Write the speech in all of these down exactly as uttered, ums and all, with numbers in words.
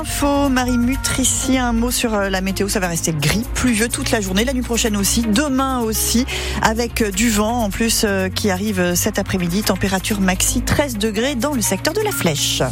infos, Marie Mutrici, un mot sur la météo, ça va rester gris, pluvieux toute la journée, la nuit prochaine aussi, demain aussi, avec du vent en plus qui arrive cet après-midi, température maxi treize degrés dans le secteur de la Flèche.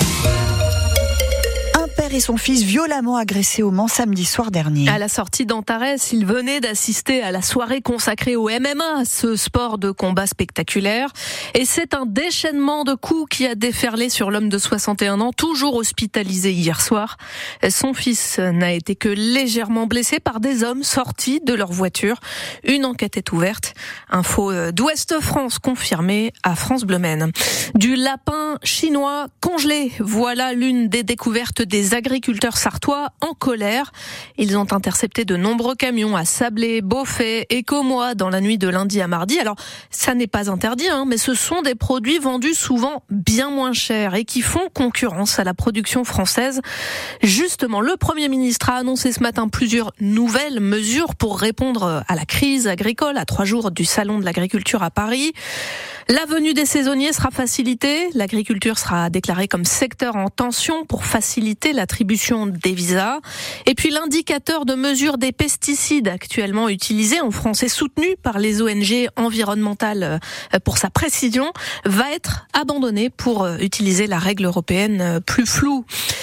Et son fils violemment agressé au Mans samedi soir dernier. À la sortie d'Antares, il venait d'assister à la soirée consacrée au M M A, ce sport de combat spectaculaire. Et c'est un déchaînement de coups qui a déferlé sur l'homme de soixante et un ans, toujours hospitalisé hier soir. Son fils n'a été que légèrement blessé par des hommes sortis de leur voiture. Une enquête est ouverte. Info d'Ouest France confirmée à France Bleu Maine. Du lapin chinois congelé, voilà l'une des découvertes des agriculteurs sartois en colère. Ils ont intercepté de nombreux camions à Sablé, Beaufait et Commois dans la nuit de lundi à mardi. Alors, ça n'est pas interdit, hein, mais ce sont des produits vendus souvent bien moins chers et qui font concurrence à la production française. Justement, le Premier ministre a annoncé ce matin plusieurs nouvelles mesures pour répondre à la crise agricole à trois jours du Salon de l'agriculture à Paris. La venue des saisonniers sera facilitée. L'agriculture sera déclarée comme secteur en tension pour faciliter l'attribution des visas. Et puis l'indicateur de mesure des pesticides actuellement utilisés en France et soutenu par les O N G environnementales pour sa précision va être abandonné pour utiliser la règle européenne plus floue.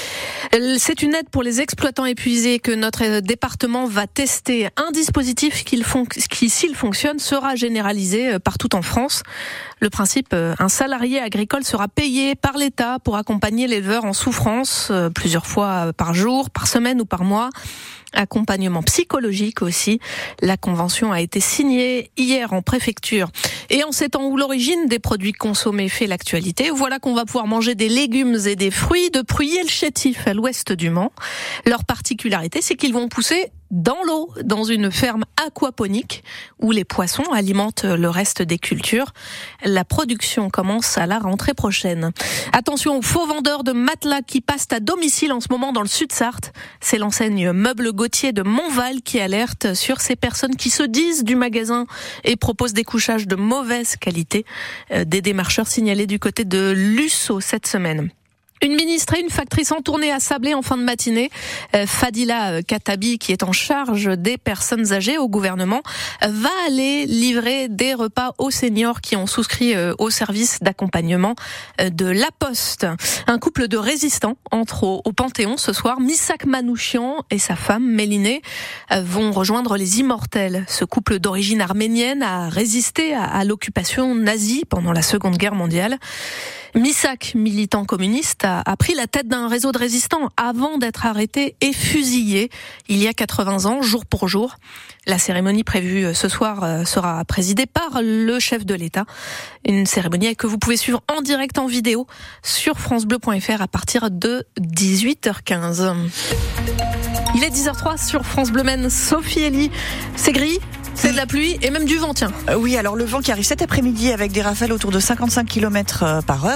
C'est une aide pour les exploitants épuisés que notre département va tester. Un dispositif qui, qui, s'il fonctionne, sera généralisé partout en France. Le principe, un salarié agricole sera payé par l'État pour accompagner l'éleveur en souffrance plusieurs fois par jour, par semaine ou par mois. Accompagnement psychologique aussi. La convention a été signée hier en préfecture. Et en ces temps où l'origine des produits consommés fait l'actualité, voilà qu'on va pouvoir manger des légumes et des fruits de Pruyé le Chétif à l'ouest du Mans. Leur particularité, c'est qu'ils vont pousser dans l'eau, dans une ferme aquaponique où les poissons alimentent le reste des cultures. La production commence à la rentrée prochaine. Attention aux faux vendeurs de matelas qui passent à domicile en ce moment dans le Sud-Sarthe. C'est l'enseigne Meubles Gauthier de Montval qui alerte sur ces personnes qui se disent du magasin et proposent des couchages de mauvaise qualité. Des démarcheurs signalés du côté de Lusso cette semaine. Une ministre et une factrice en tournée à Sablé en fin de matinée. Fadila Katabi, qui est en charge des personnes âgées au gouvernement, va aller livrer des repas aux seniors qui ont souscrit au service d'accompagnement de La Poste. Un couple de résistants entre au, au Panthéon ce soir. Missak Manouchian et sa femme Mélinée vont rejoindre les Immortels. Ce couple d'origine arménienne a résisté à, à l'occupation nazie pendant la Seconde Guerre mondiale. Missak, militant communiste, a, a pris la tête d'un réseau de résistants avant d'être arrêté et fusillé il y a quatre-vingts ans, jour pour jour. La cérémonie prévue ce soir sera présidée par le chef de l'État. Une cérémonie que vous pouvez suivre en direct en vidéo sur francebleu point fr à partir de dix-huit heures quinze. Il est dix heures zéro trois sur France Bleu Maine. Sophie Elie, c'est gris. C'est de la pluie et même du vent, tiens. Oui, alors le vent qui arrive cet après-midi avec des rafales autour de cinquante-cinq kilomètres par heure.